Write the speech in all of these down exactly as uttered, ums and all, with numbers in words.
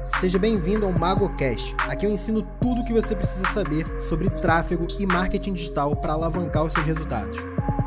Seja bem-vindo ao MagoCast. Aqui eu ensino tudo o que você precisa saber sobre tráfego e marketing digital para alavancar os seus resultados.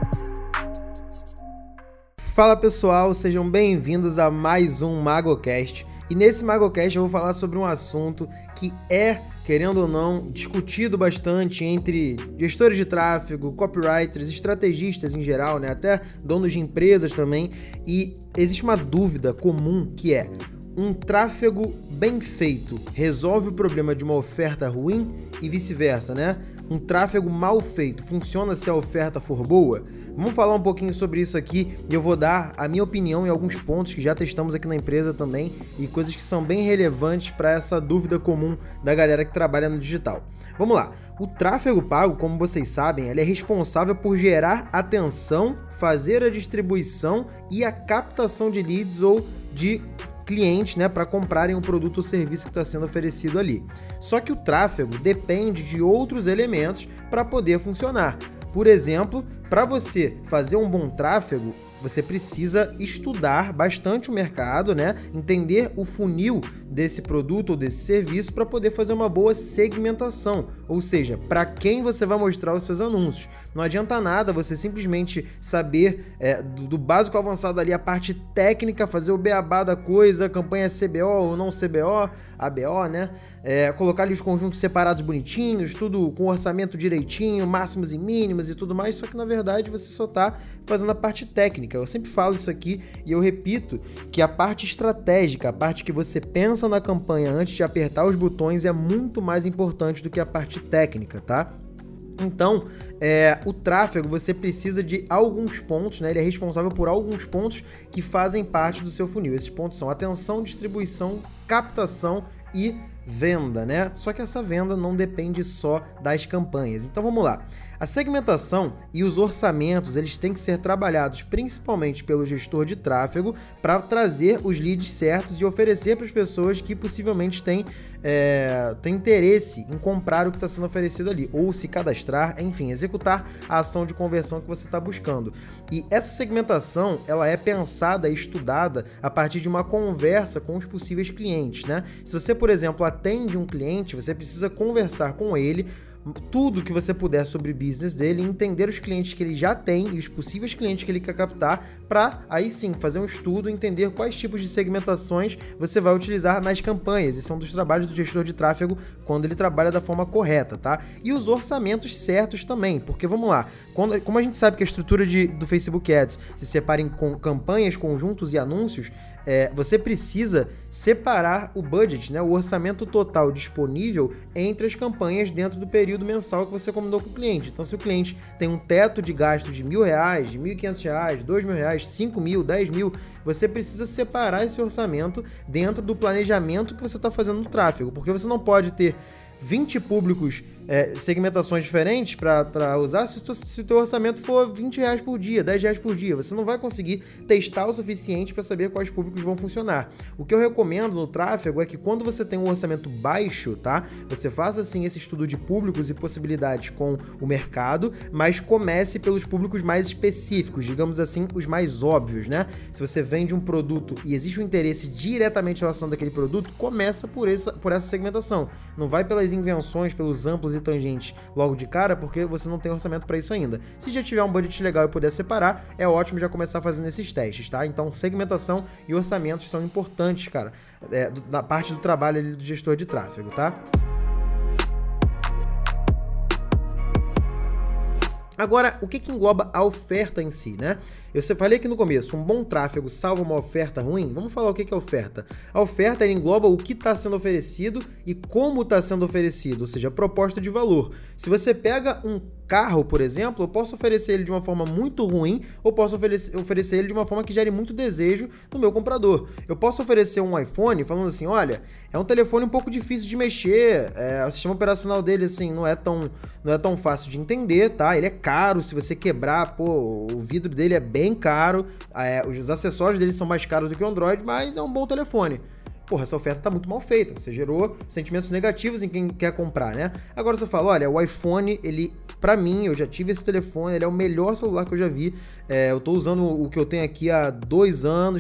Fala pessoal, sejam bem-vindos a mais um MagoCast. E nesse MagoCast eu vou falar sobre um assunto que é, querendo ou não, discutido bastante entre gestores de tráfego, copywriters, estrategistas em geral, né? Até donos de empresas também. E existe uma dúvida comum que é: um tráfego bem feito resolve o problema de uma oferta ruim e vice-versa, né? Um tráfego mal feito funciona se a oferta for boa? Vamos falar um pouquinho sobre isso aqui e eu vou dar a minha opinião em alguns pontos que já testamos aqui na empresa também e coisas que são bem relevantes para essa dúvida comum da galera que trabalha no digital. Vamos lá. O tráfego pago, como vocês sabem, ele é responsável por gerar atenção, fazer a distribuição e a captação de leads ou de clientes, né, para comprarem o produto ou serviço que está sendo oferecido ali. Só que o tráfego depende de outros elementos para poder funcionar. Por exemplo, para você fazer um bom tráfego, você precisa estudar bastante o mercado, né? Entender o funil desse produto ou desse serviço para poder fazer uma boa segmentação, ou seja, para quem você vai mostrar os seus anúncios. Não adianta nada você simplesmente saber é, do, do básico ao avançado ali, a parte técnica, fazer o beabá da coisa, campanha C B O ou não C B O, A B O, né? É, colocar ali os conjuntos separados bonitinhos, tudo com orçamento direitinho, máximos e mínimos e tudo mais, só que na verdade você só está fazendo a parte técnica. Eu sempre falo isso aqui e eu repito que a parte estratégica, a parte que você pensa na campanha antes de apertar os botões é muito mais importante do que a parte técnica, tá? Então, é, o tráfego você precisa de alguns pontos, né? Ele é responsável por alguns pontos que fazem parte do seu funil. Esses pontos são atenção, distribuição, captação e venda, né? Só que essa venda não depende só das campanhas. Então vamos lá. A segmentação e os orçamentos, eles têm que ser trabalhados principalmente pelo gestor de tráfego para trazer os leads certos e oferecer para as pessoas que possivelmente têm, é, têm interesse em comprar o que está sendo oferecido ali, ou se cadastrar, enfim, executar a ação de conversão que você está buscando. E essa segmentação, ela é pensada e estudada a partir de uma conversa com os possíveis clientes, né? Se você, por exemplo, atende um cliente, você precisa conversar com ele tudo que você puder sobre o business dele, entender os clientes que ele já tem e os possíveis clientes que ele quer captar, para aí sim fazer um estudo, entender quais tipos de segmentações você vai utilizar nas campanhas. Esses são dos trabalhos do gestor de tráfego quando ele trabalha da forma correta, tá? E os orçamentos certos também, porque vamos lá, quando, como a gente sabe que a estrutura de, do Facebook Ads se separa em com, campanhas, conjuntos e anúncios, É, você precisa separar o budget, né, o orçamento total disponível entre as campanhas dentro do período mensal que você combinou com o cliente. Então, se o cliente tem um teto de gasto de mil reais, de mil e quinhentos reais, dois mil reais, cinco mil, dez mil, você precisa separar esse orçamento dentro do planejamento que você está fazendo no tráfego, porque você não pode ter vinte públicos, é, segmentações diferentes para usar se o se teu orçamento for vinte reais por dia, dez reais por dia. Você não vai conseguir testar o suficiente para saber quais públicos vão funcionar. O que eu recomendo no tráfego é que quando você tem um orçamento baixo, tá? Você faça assim esse estudo de públicos e possibilidades com o mercado, mas comece pelos públicos mais específicos, digamos assim, os mais óbvios, né? Se você vende um produto e existe um interesse diretamente relacionado àquele produto, começa por essa, por essa segmentação. Não vai pelas invenções, pelos amplos e tangentes logo de cara, porque você não tem orçamento para isso ainda. Se já tiver um budget legal e puder separar, é ótimo já começar fazendo esses testes, tá? Então, segmentação e orçamentos são importantes, cara, é, do, da parte do trabalho ali do gestor de tráfego, tá? Agora, o que que engloba a oferta em si, né? Eu falei aqui no começo, um bom tráfego salva uma oferta ruim? Vamos falar o que que é oferta. A oferta ela engloba o que está sendo oferecido e como está sendo oferecido, ou seja, a proposta de valor. Se você pega um carro, por exemplo, eu posso oferecer ele de uma forma muito ruim ou posso oferecer, oferecer ele de uma forma que gere muito desejo no meu comprador. Eu posso oferecer um iPhone falando assim, olha, é um telefone um pouco difícil de mexer, é, o sistema operacional dele assim, não é tão, não é tão fácil de entender, tá? Ele é caro, se você quebrar, pô, o vidro dele é bem caro, é, os acessórios dele são mais caros do que o Android, mas é um bom telefone. Porra, essa oferta tá muito mal feita, você gerou sentimentos negativos em quem quer comprar, né? Agora você fala, olha, o iPhone, ele, pra mim, eu já tive esse telefone, ele é o melhor celular que eu já vi, é, eu tô usando o que eu tenho aqui há dois anos,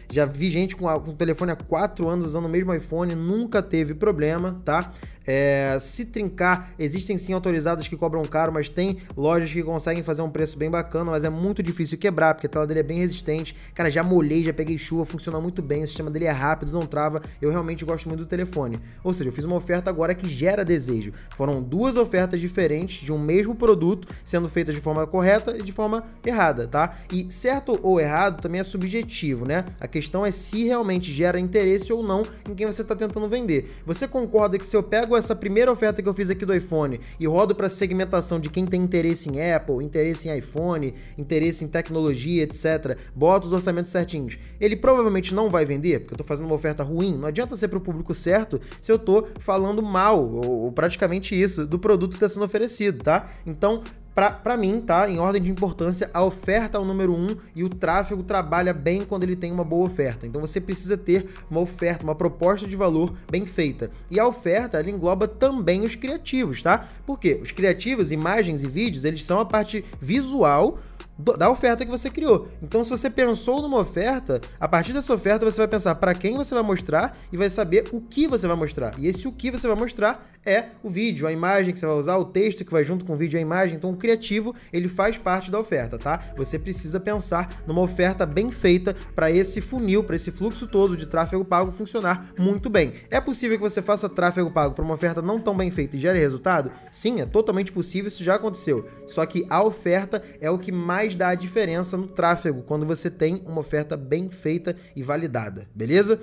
Já vi gente com, a, com o telefone há quatro anos usando o mesmo iPhone, nunca teve problema, tá? É, se trincar, existem sim autorizadas que cobram caro, mas tem lojas que conseguem fazer um preço bem bacana, mas é muito difícil quebrar, porque a tela dele é bem resistente. Cara, já molhei, já peguei chuva, funciona muito bem, o sistema dele é rápido, não trava, eu realmente gosto muito do telefone. Ou seja, eu fiz uma oferta agora que gera desejo. Foram duas ofertas diferentes de um mesmo produto, sendo feitas de forma correta e de forma errada, tá? E certo ou errado também é subjetivo, né? A questão é se realmente gera interesse ou não em quem você está tentando vender. Você concorda que se eu pego essa primeira oferta que eu fiz aqui do iPhone e rodo para segmentação de quem tem interesse em Apple, interesse em iPhone, interesse em tecnologia, etcétera, bota os orçamentos certinhos, ele provavelmente não vai vender, porque eu tô fazendo uma oferta ruim? Não adianta ser pro público certo se eu tô falando mal, ou, ou praticamente isso, do produto que está sendo oferecido, tá? Então, Pra, pra mim, tá? Em ordem de importância, a oferta é o número um e o tráfego trabalha bem quando ele tem uma boa oferta. Então você precisa ter uma oferta, uma proposta de valor bem feita. E a oferta, ela engloba também os criativos, tá? Por quê? Os criativos, imagens e vídeos, eles são a parte visual da oferta que você criou. Então, se você pensou numa oferta, a partir dessa oferta você vai pensar para quem você vai mostrar e vai saber o que você vai mostrar. E esse o que você vai mostrar é o vídeo, a imagem que você vai usar, o texto que vai junto com o vídeo e a imagem. Então, o criativo, ele faz parte da oferta, tá? Você precisa pensar numa oferta bem feita para esse funil, para esse fluxo todo de tráfego pago funcionar muito bem. É possível que você faça tráfego pago para uma oferta não tão bem feita e gere resultado? Sim, é totalmente possível, isso já aconteceu. Só que a oferta é o que mais dá a diferença no tráfego quando você tem uma oferta bem feita e validada, beleza?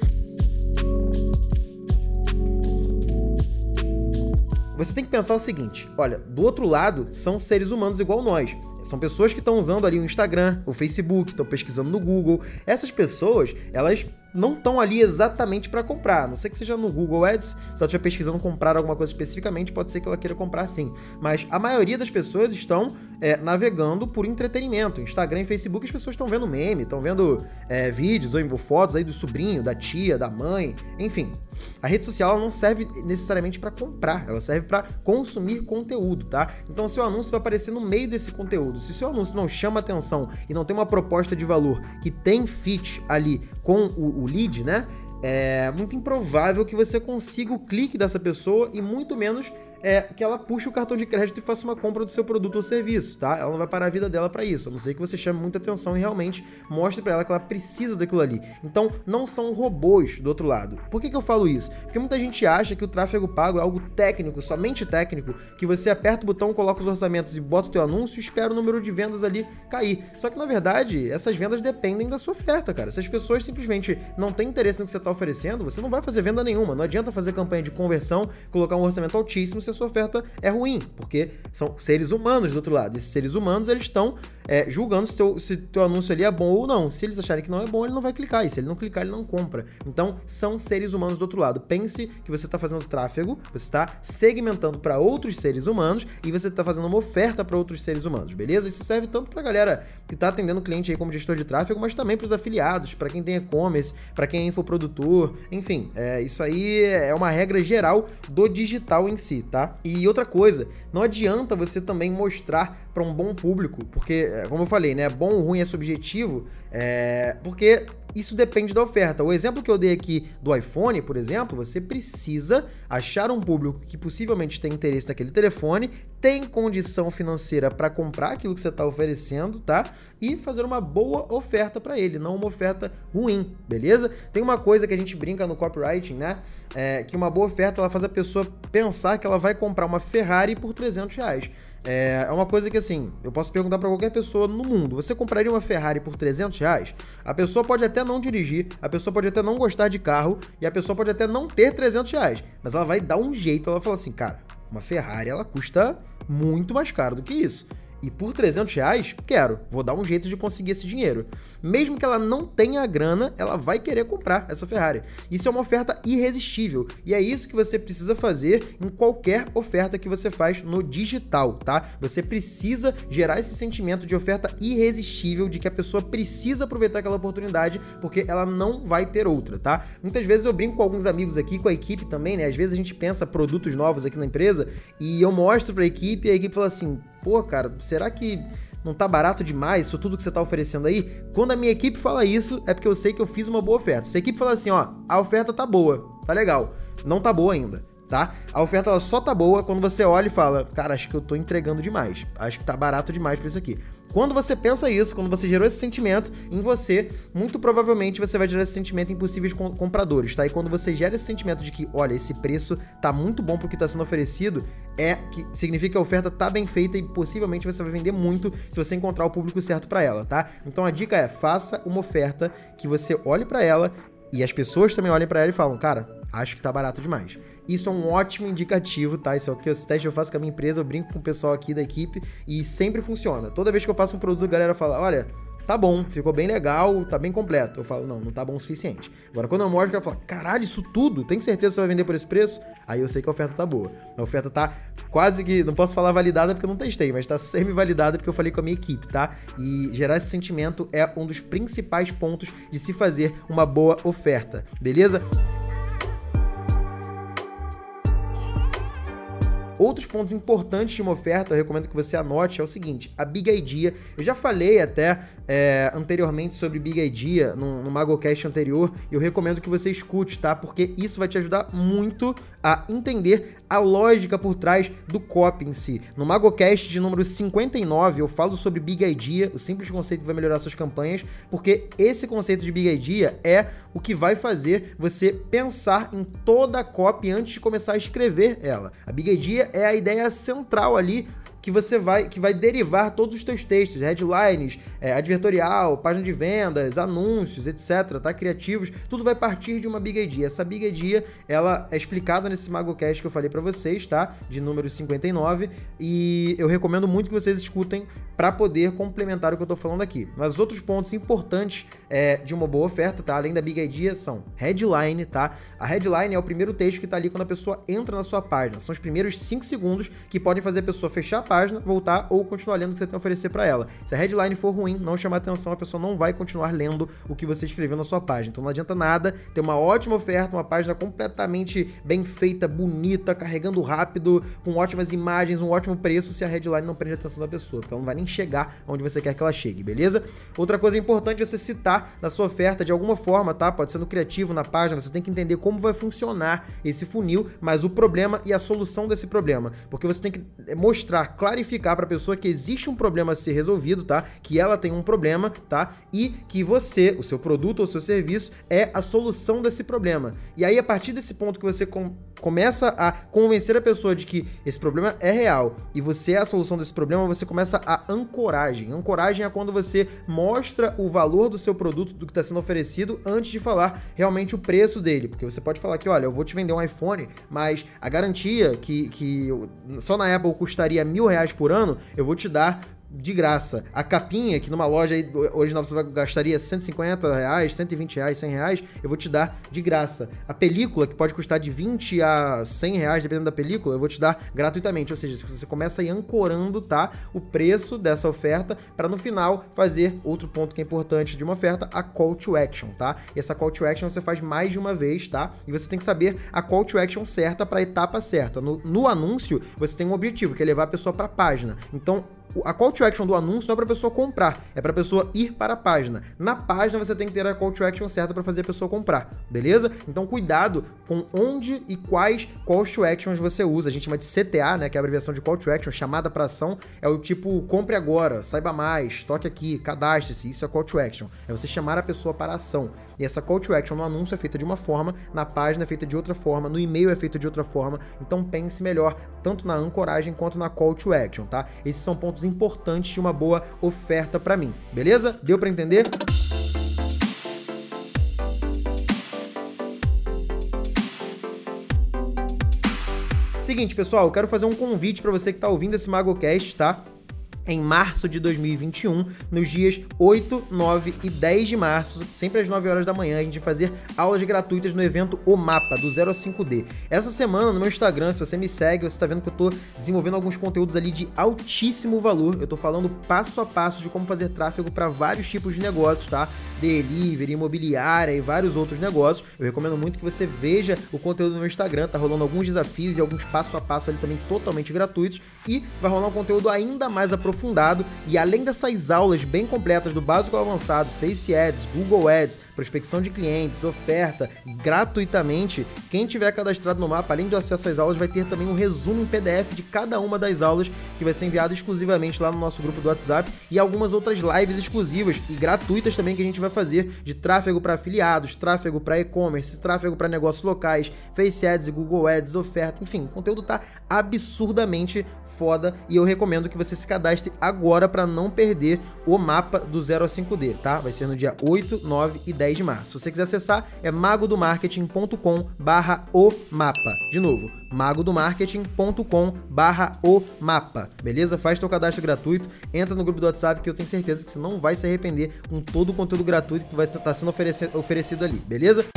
Você tem que pensar o seguinte, olha, do outro lado são seres humanos igual nós. São pessoas que estão usando ali o Instagram, o Facebook, estão pesquisando no Google. Essas pessoas, elas não estão ali exatamente para comprar. A não sei que seja no Google Ads, se ela estiver pesquisando comprar alguma coisa especificamente, pode ser que ela queira comprar sim. Mas a maioria das pessoas estão é, navegando por entretenimento. Instagram e Facebook, as pessoas estão vendo meme, estão vendo é, vídeos ou fotos aí do sobrinho, da tia, da mãe, enfim. A rede social ela não serve necessariamente para comprar, ela serve para consumir conteúdo, tá? Então, seu anúncio vai aparecer no meio desse conteúdo. Se seu anúncio não chama atenção e não tem uma proposta de valor que tem fit ali com o, o lead, né? É muito improvável que você consiga o clique dessa pessoa e muito menos é, que ela puxe o cartão de crédito e faça uma compra do seu produto ou serviço, tá? Ela não vai parar a vida dela para isso, a não ser que você chame muita atenção e realmente mostre para ela que ela precisa daquilo ali. Então, não são robôs do outro lado. Por que que eu falo isso? Porque muita gente acha que o tráfego pago é algo técnico, somente técnico, que você aperta o botão, coloca os orçamentos e bota o teu anúncio e espera o número de vendas ali cair. Só que, na verdade, essas vendas dependem da sua oferta, cara. Se as pessoas simplesmente não têm interesse no que você está oferecendo, você não vai fazer venda nenhuma. Não adianta fazer campanha de conversão, colocar um orçamento altíssimo se a sua oferta é ruim, porque são seres humanos do outro lado. Esses seres humanos, eles estão é, julgando se teu, se teu anúncio ali é bom ou não. Se eles acharem que não é bom, ele não vai clicar. E se ele não clicar, ele não compra. Então, são seres humanos do outro lado. Pense que você está fazendo tráfego, você está segmentando para outros seres humanos e você está fazendo uma oferta para outros seres humanos, beleza? Isso serve tanto para a galera que está atendendo cliente aí como gestor de tráfego, mas também para os afiliados, para quem tem e-commerce, para quem é infoprodutor, enfim, é, isso aí é uma regra geral do digital em si, tá? E outra coisa, não adianta você também mostrar para um bom público, porque, como eu falei, né, bom ou ruim é subjetivo, é, porque isso depende da oferta. O exemplo que eu dei aqui do iPhone, por exemplo, você precisa achar um público que possivelmente tem interesse naquele telefone, tem condição financeira para comprar aquilo que você está oferecendo, tá? E fazer uma boa oferta para ele, não uma oferta ruim, beleza? Tem uma coisa que a gente brinca no copywriting, né? É, que uma boa oferta ela faz a pessoa pensar que ela vai comprar uma Ferrari por trezentos reais. É uma coisa que, assim, eu posso perguntar para qualquer pessoa no mundo, você compraria uma Ferrari por trezentos reais? A pessoa pode até não dirigir, a pessoa pode até não gostar de carro e a pessoa pode até não ter trezentos reais, mas ela vai dar um jeito, ela vai falar assim, cara, uma Ferrari, ela custa muito mais caro do que isso. E por trezentos reais, quero, vou dar um jeito de conseguir esse dinheiro. Mesmo que ela não tenha a grana, ela vai querer comprar essa Ferrari. Isso é uma oferta irresistível. E é isso que você precisa fazer em qualquer oferta que você faz no digital, tá? Você precisa gerar esse sentimento de oferta irresistível, de que a pessoa precisa aproveitar aquela oportunidade, porque ela não vai ter outra, tá? Muitas vezes eu brinco com alguns amigos aqui, com a equipe também, né? Às vezes a gente pensa produtos novos aqui na empresa e eu mostro pra equipe e a equipe fala assim, pô, cara, será que não tá barato demais isso tudo que você tá oferecendo aí? Quando a minha equipe fala isso, é porque eu sei que eu fiz uma boa oferta. Se a equipe fala assim, ó, a oferta tá boa, tá legal, não tá boa ainda, tá? A oferta ela só tá boa quando você olha e fala, cara, acho que eu tô entregando demais, acho que tá barato demais pra isso aqui. Quando você pensa isso, quando você gerou esse sentimento em você, muito provavelmente você vai gerar esse sentimento em possíveis compradores, tá? E quando você gera esse sentimento de que, olha, esse preço tá muito bom pro que tá sendo oferecido, é que significa que a oferta tá bem feita e possivelmente você vai vender muito se você encontrar o público certo pra ela, tá? Então a dica é, faça uma oferta que você olhe pra ela e as pessoas também olhem pra ela e falam, cara, acho que tá barato demais. Isso é um ótimo indicativo, tá? Isso é o que esse teste eu faço com a minha empresa, eu brinco com o pessoal aqui da equipe e sempre funciona. Toda vez que eu faço um produto, a galera fala, olha, tá bom, ficou bem legal, tá bem completo. Eu falo, não, não tá bom o suficiente. Agora, quando eu mostro, o cara fala, caralho, isso tudo? Tem certeza que você vai vender por esse preço? Aí eu sei que a oferta tá boa. A oferta tá quase que, não posso falar validada porque eu não testei, mas tá semi-validada porque eu falei com a minha equipe, tá? E gerar esse sentimento é um dos principais pontos de se fazer uma boa oferta, beleza? Outros pontos importantes de uma oferta, eu recomendo que você anote, é o seguinte, a Big Idea, eu já falei até é, anteriormente sobre Big Idea no, no MagoCast anterior, e eu recomendo que você escute, tá? Porque isso vai te ajudar muito a entender a lógica por trás do copy em si. No MagoCast de número cinquenta e nove, eu falo sobre Big Idea, o simples conceito que vai melhorar suas campanhas, porque esse conceito de Big Idea é o que vai fazer você pensar em toda a copy antes de começar a escrever ela. A Big Idea é a ideia central ali que você vai, que vai derivar todos os teus textos, headlines, é, advertorial, página de vendas, anúncios, etc, tá? Criativos, tudo vai partir de uma Big Idea. Essa Big Idea, ela é explicada nesse MagoCast que eu falei pra vocês, tá? De número cinquenta e nove, e eu recomendo muito que vocês escutem para poder complementar o que eu tô falando aqui. Mas os outros pontos importantes é, de uma boa oferta, tá? Além da Big Idea, são headline, tá? A headline é o primeiro texto que tá ali quando a pessoa entra na sua página. São os primeiros cinco segundos que podem fazer a pessoa fechar a página, página, voltar ou continuar lendo o que você tem a oferecer para ela. Se a headline for ruim, não chamar atenção, a pessoa não vai continuar lendo o que você escreveu na sua página. Então não adianta nada ter uma ótima oferta, uma página completamente bem feita, bonita, carregando rápido, com ótimas imagens, um ótimo preço, se a headline não prende a atenção da pessoa, porque ela não vai nem chegar onde você quer que ela chegue, beleza? Outra coisa importante é você citar na sua oferta de alguma forma, tá? Pode ser no criativo, na página, você tem que entender como vai funcionar esse funil, mas o problema e a solução desse problema, porque você tem que mostrar, clarificar para a pessoa que existe um problema a ser resolvido, tá? Que ela tem um problema, tá? E que você, o seu produto ou o seu serviço é a solução desse problema. E aí, a partir desse ponto que você com, começa a convencer a pessoa de que esse problema é real e você é a solução desse problema, você começa a ancoragem. Ancoragem é quando você mostra o valor do seu produto, do que está sendo oferecido, antes de falar realmente o preço dele. Porque você pode falar que, olha, eu vou te vender um iPhone, mas a garantia que, que só na Apple custaria mil reais por ano, eu vou te dar de graça. A capinha, que numa loja aí, original você gastaria cento e cinquenta reais, cento e vinte reais, cem reais, eu vou te dar de graça. A película, que pode custar de vinte a cem reais, dependendo da película, eu vou te dar gratuitamente. Ou seja, você começa aí ancorando, tá, o preço dessa oferta, para no final fazer outro ponto que é importante de uma oferta, a call to action, tá? E essa call to action você faz mais de uma vez, tá? E você tem que saber a call to action certa para a etapa certa. No, no anúncio, você tem um objetivo, que é levar a pessoa para a página. Então, a call to action do anúncio não é para a pessoa comprar, é para a pessoa ir para a página. Na página você tem que ter a call to action certa para fazer a pessoa comprar, beleza? Então cuidado com onde e quais call to actions você usa. A gente chama de C T A, né, que é a abreviação de call to action, chamada para ação, é o tipo compre agora, saiba mais, toque aqui, cadastre-se, isso é call to action. É você chamar a pessoa para a ação. E essa call to action no anúncio é feita de uma forma, na página é feita de outra forma, no e-mail é feita de outra forma. Então pense melhor, tanto na ancoragem quanto na call to action, tá? Esses são pontos importantes de uma boa oferta para mim, beleza? Deu para entender? Seguinte, pessoal, eu quero fazer um convite para você que tá ouvindo esse MagoCast, tá? Em março de dois mil e vinte e um, nos dias oito, nove e dez de março, sempre às nove horas da manhã, a gente vai fazer aulas gratuitas no evento O Mapa, do zero a cinco D. Essa semana, no meu Instagram, se você me segue, você tá vendo que eu tô desenvolvendo alguns conteúdos ali de altíssimo valor. Eu tô falando passo a passo de como fazer tráfego para vários tipos de negócios, tá? delivery, imobiliária e vários outros negócios. Eu recomendo muito que você veja o conteúdo no meu Instagram, tá rolando alguns desafios e alguns passo a passo ali também totalmente gratuitos, e vai rolar um conteúdo ainda mais aprofundado. E além dessas aulas bem completas do básico ao avançado, Face Ads, Google Ads, prospecção de clientes, oferta, gratuitamente, quem tiver cadastrado no Mapa, além do acesso às aulas, vai ter também um resumo em P D F de cada uma das aulas, que vai ser enviado exclusivamente lá no nosso grupo do WhatsApp, e algumas outras lives exclusivas e gratuitas também que a gente vai fazer de tráfego para afiliados, tráfego para e-commerce, tráfego para negócios locais, Face Ads e Google Ads, oferta, enfim, o conteúdo tá absurdamente foda e eu recomendo que você se cadastre agora para não perder o mapa do zero a cinco D, tá? Vai ser no dia oito, nove e dez de março. Se você quiser acessar, é magodomarketing ponto com barra o mapa. De novo, magodomarketing ponto com barra o mapa, beleza? Faz teu cadastro gratuito, entra no grupo do WhatsApp que eu tenho certeza que você não vai se arrepender com todo o conteúdo gratuito que vai estar sendo oferecido, oferecido ali, beleza?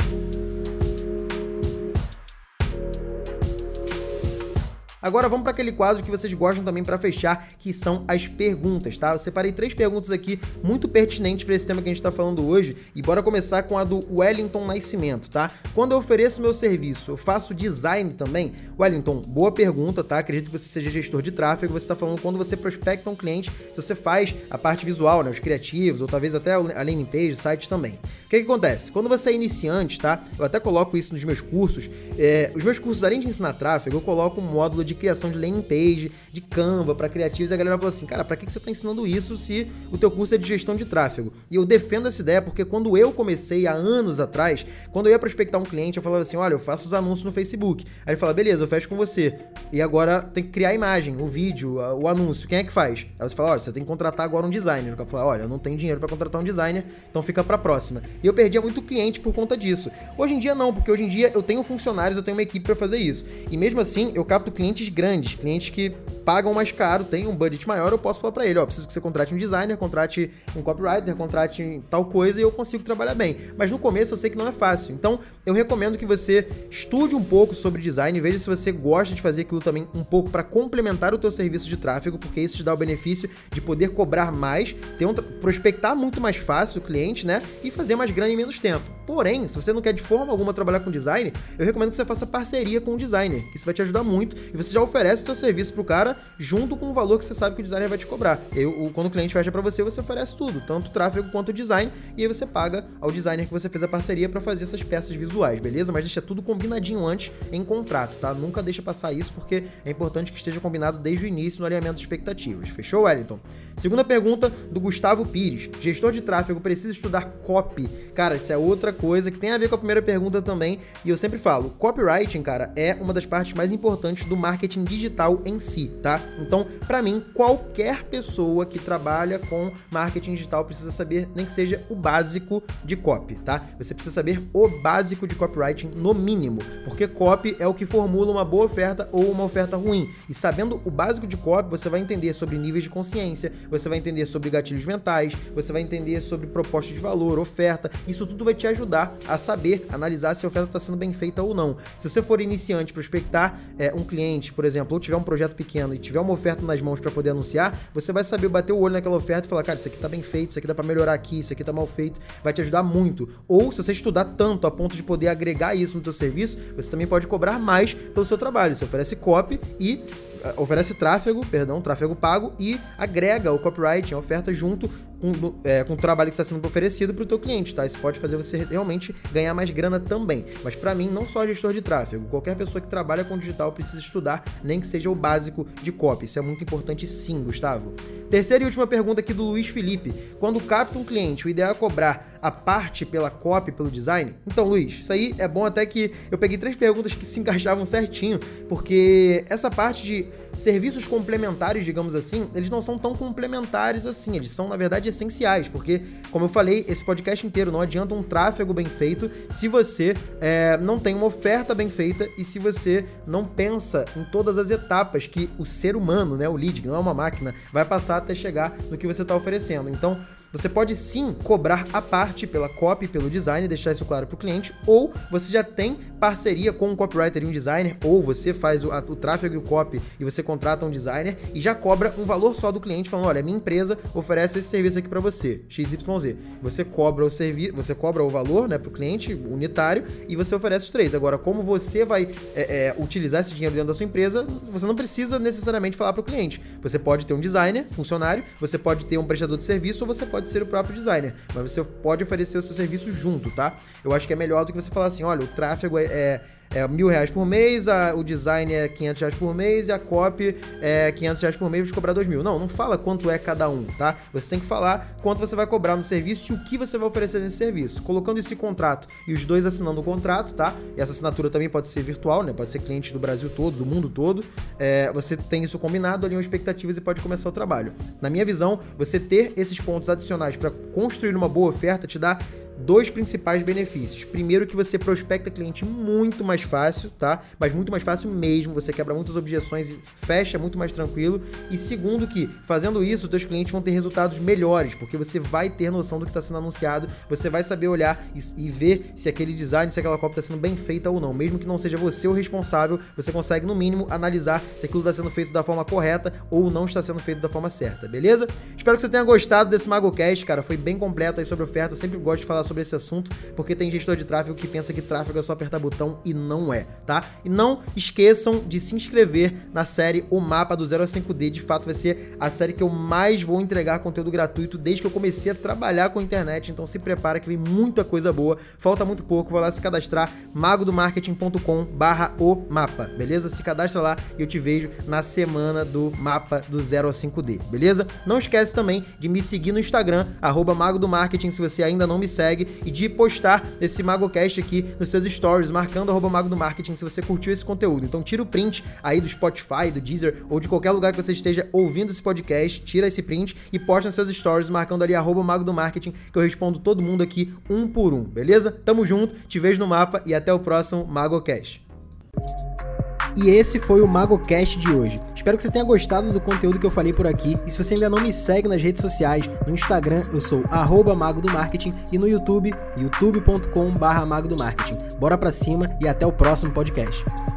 Agora vamos para aquele quadro que vocês gostam também para fechar, que são as perguntas, tá? Eu separei três perguntas aqui muito pertinentes para esse tema que a gente está falando hoje e bora começar com a do Wellington Nascimento, tá? Quando eu ofereço meu serviço, eu faço design também? Wellington, boa pergunta, tá? Acredito que você seja gestor de tráfego, você está falando quando você prospecta um cliente, se você faz a parte visual, né? Os criativos, ou talvez até a landing page, site também. O que que acontece? Quando você é iniciante, tá? Eu até coloco isso nos meus cursos, é, os meus cursos, além de ensinar tráfego, eu coloco um módulo de criação de landing page, de Canva para criativos, e a galera falou assim, cara, para que você tá ensinando isso se o teu curso é de gestão de tráfego? E eu defendo essa ideia porque quando eu comecei há anos atrás, quando eu ia prospectar um cliente, eu falava assim, olha, eu faço os anúncios no Facebook. Aí ele fala, beleza, eu fecho com você. E agora tem que criar a imagem, o vídeo, o anúncio, quem é que faz? Aí você fala, olha, você tem que contratar agora um designer. Eu falo, olha, eu não tenho dinheiro para contratar um designer, então fica pra próxima. E eu perdia muito cliente por conta disso. Hoje em dia não, porque hoje em dia eu tenho funcionários, eu tenho uma equipe para fazer isso. E mesmo assim, eu capto clientes grandes, clientes que pagam mais caro, tem um budget maior, eu posso falar para ele, ó, preciso que você contrate um designer, contrate um copywriter, contrate tal coisa e eu consigo trabalhar bem. Mas no começo eu sei que não é fácil. Então, eu recomendo que você estude um pouco sobre design, veja se você gosta de fazer aquilo também um pouco para complementar o teu serviço de tráfego, porque isso te dá o benefício de poder cobrar mais, ter um, prospectar muito mais fácil o cliente, né? E fazer mais grana em menos tempo. Porém, se você não quer de forma alguma trabalhar com design, eu recomendo que você faça parceria com um designer, que isso vai te ajudar muito e você já oferece seu serviço pro cara junto com o valor que você sabe que o designer vai te cobrar. E aí, o, quando o cliente fecha para você, você oferece tudo, tanto o tráfego quanto o design, e aí você paga ao designer que você fez a parceria para fazer essas peças visuais, beleza? Mas deixa tudo combinadinho antes em contrato, tá? Nunca deixa passar isso, porque é importante que esteja combinado desde o início no alinhamento de expectativas. Fechou, Wellington? Segunda pergunta do Gustavo Pires. Gestor de tráfego precisa estudar copy? Cara, isso é outra coisa que tem a ver com a primeira pergunta também, e eu sempre falo, copywriting, cara, é uma das partes mais importantes do marketing digital em si, tá? Então, pra mim, qualquer pessoa que trabalha com marketing digital precisa saber, nem que seja o básico de copy, tá? Você precisa saber o básico de copywriting no mínimo, porque copy é o que formula uma boa oferta ou uma oferta ruim. E sabendo o básico de copy, você vai entender sobre níveis de consciência, você vai entender sobre gatilhos mentais, você vai entender sobre proposta de valor, oferta. Isso tudo vai te ajudar a saber, analisar se a oferta está sendo bem feita ou não. Se você for iniciante, prospectar é, um cliente, por exemplo, ou tiver um projeto pequeno e tiver uma oferta nas mãos para poder anunciar, você vai saber bater o olho naquela oferta e falar, cara, isso aqui tá bem feito, isso aqui dá para melhorar aqui, isso aqui tá mal feito, vai te ajudar muito. Ou se você estudar tanto a ponto de poder agregar isso no teu serviço, você também pode cobrar mais pelo seu trabalho. Você oferece copy e oferece tráfego, perdão, tráfego pago e agrega o copywriting, a oferta junto com, é, com o trabalho que está sendo oferecido para o teu cliente, tá? Isso pode fazer você realmente ganhar mais grana também. Mas para mim, não só gestor de tráfego, qualquer pessoa que trabalha com digital precisa estudar, nem que seja o básico de copy. Isso é muito importante sim, Gustavo. Terceira e última pergunta aqui do Luiz Felipe. Quando capta um cliente, o ideal é cobrar a parte pela copy, pelo design? Então, Luiz, isso aí é bom até que eu peguei três perguntas que se encaixavam certinho, porque essa parte de serviços complementares, digamos assim, eles não são tão complementares assim, eles são, na verdade, essenciais, porque, como eu falei, esse podcast inteiro não adianta um tráfego bem feito se você é, não tem uma oferta bem feita e se você não pensa em todas as etapas que o ser humano, né, o lead, que não é uma máquina, vai passar até chegar no que você está oferecendo. Então, você pode sim cobrar a parte pela copy, pelo design, deixar isso claro para o cliente, ou você já tem parceria com um copywriter e um designer, ou você faz o, a, o tráfego e o copy e você contrata um designer e já cobra um valor só do cliente, falando, olha, minha empresa oferece esse serviço aqui para você, X Y Z. Você cobra o serviço, você cobra o valor, né, para o cliente unitário e você oferece os três. Agora, como você vai é, é, utilizar esse dinheiro dentro da sua empresa, você não precisa necessariamente falar para o cliente. Você pode ter um designer, funcionário, você pode ter um prestador de serviço ou você pode ser o próprio designer, mas você pode oferecer o seu serviço junto, tá? Eu acho que é melhor do que você falar assim, olha, o tráfego é, é, é mil reais por mês, a, o design é quinhentos reais por mês e a copy é quinhentos reais por mês, vou te cobrar dois mil. Não, não fala quanto é cada um, tá? Você tem que falar quanto você vai cobrar no serviço e o que você vai oferecer nesse serviço. Colocando esse contrato e os dois assinando o contrato, tá? E essa assinatura também pode ser virtual, né? Pode ser cliente do Brasil todo, do mundo todo. É, você tem isso combinado, alinham expectativas e pode começar o trabalho. Na minha visão, você ter esses pontos adicionais para construir uma boa oferta te dá dois principais benefícios. Primeiro, que você prospecta cliente muito mais fácil, tá? Mas muito mais fácil mesmo, você quebra muitas objeções e fecha muito mais tranquilo. E segundo, que fazendo isso, os teus clientes vão ter resultados melhores, porque você vai ter noção do que está sendo anunciado, você vai saber olhar e, e ver se aquele design, se aquela cópia está sendo bem feita ou não. Mesmo que não seja você o responsável, você consegue, no mínimo, analisar se aquilo está sendo feito da forma correta ou não está sendo feito da forma certa, beleza? Espero que você tenha gostado desse MagoCast, cara, foi bem completo aí sobre oferta, eu sempre gosto de falar sobre esse assunto, porque tem gestor de tráfego que pensa que tráfego é só apertar botão e não é, tá? E não esqueçam de se inscrever na série O Mapa do zero a cinco D, de fato vai ser a série que eu mais vou entregar conteúdo gratuito desde que eu comecei a trabalhar com a internet, então se prepara que vem muita coisa boa, falta muito pouco, vai lá se cadastrar, magodomarketing ponto com barra o mapa, beleza? Se cadastra lá e eu te vejo na semana do Mapa do zero a cinco D, beleza? Não esquece também de me seguir no Instagram, arroba magodomarketing, se você ainda não me segue, e de postar esse MagoCast aqui nos seus stories, marcando arroba Mago do Marketing se você curtiu esse conteúdo. Então tira o print aí do Spotify, do Deezer ou de qualquer lugar que você esteja ouvindo esse podcast, tira esse print e posta nos seus stories, marcando ali arroba Mago do Marketing, que eu respondo todo mundo aqui um por um, beleza? Tamo junto, te vejo no mapa e até o próximo MagoCast. E esse foi o MagoCast de hoje. Espero que você tenha gostado do conteúdo que eu falei por aqui. E se você ainda não me segue nas redes sociais, no Instagram eu sou arroba Mago do Marketing e no YouTube, youtube ponto com barra Mago do Marketing. Bora pra cima e até o próximo podcast.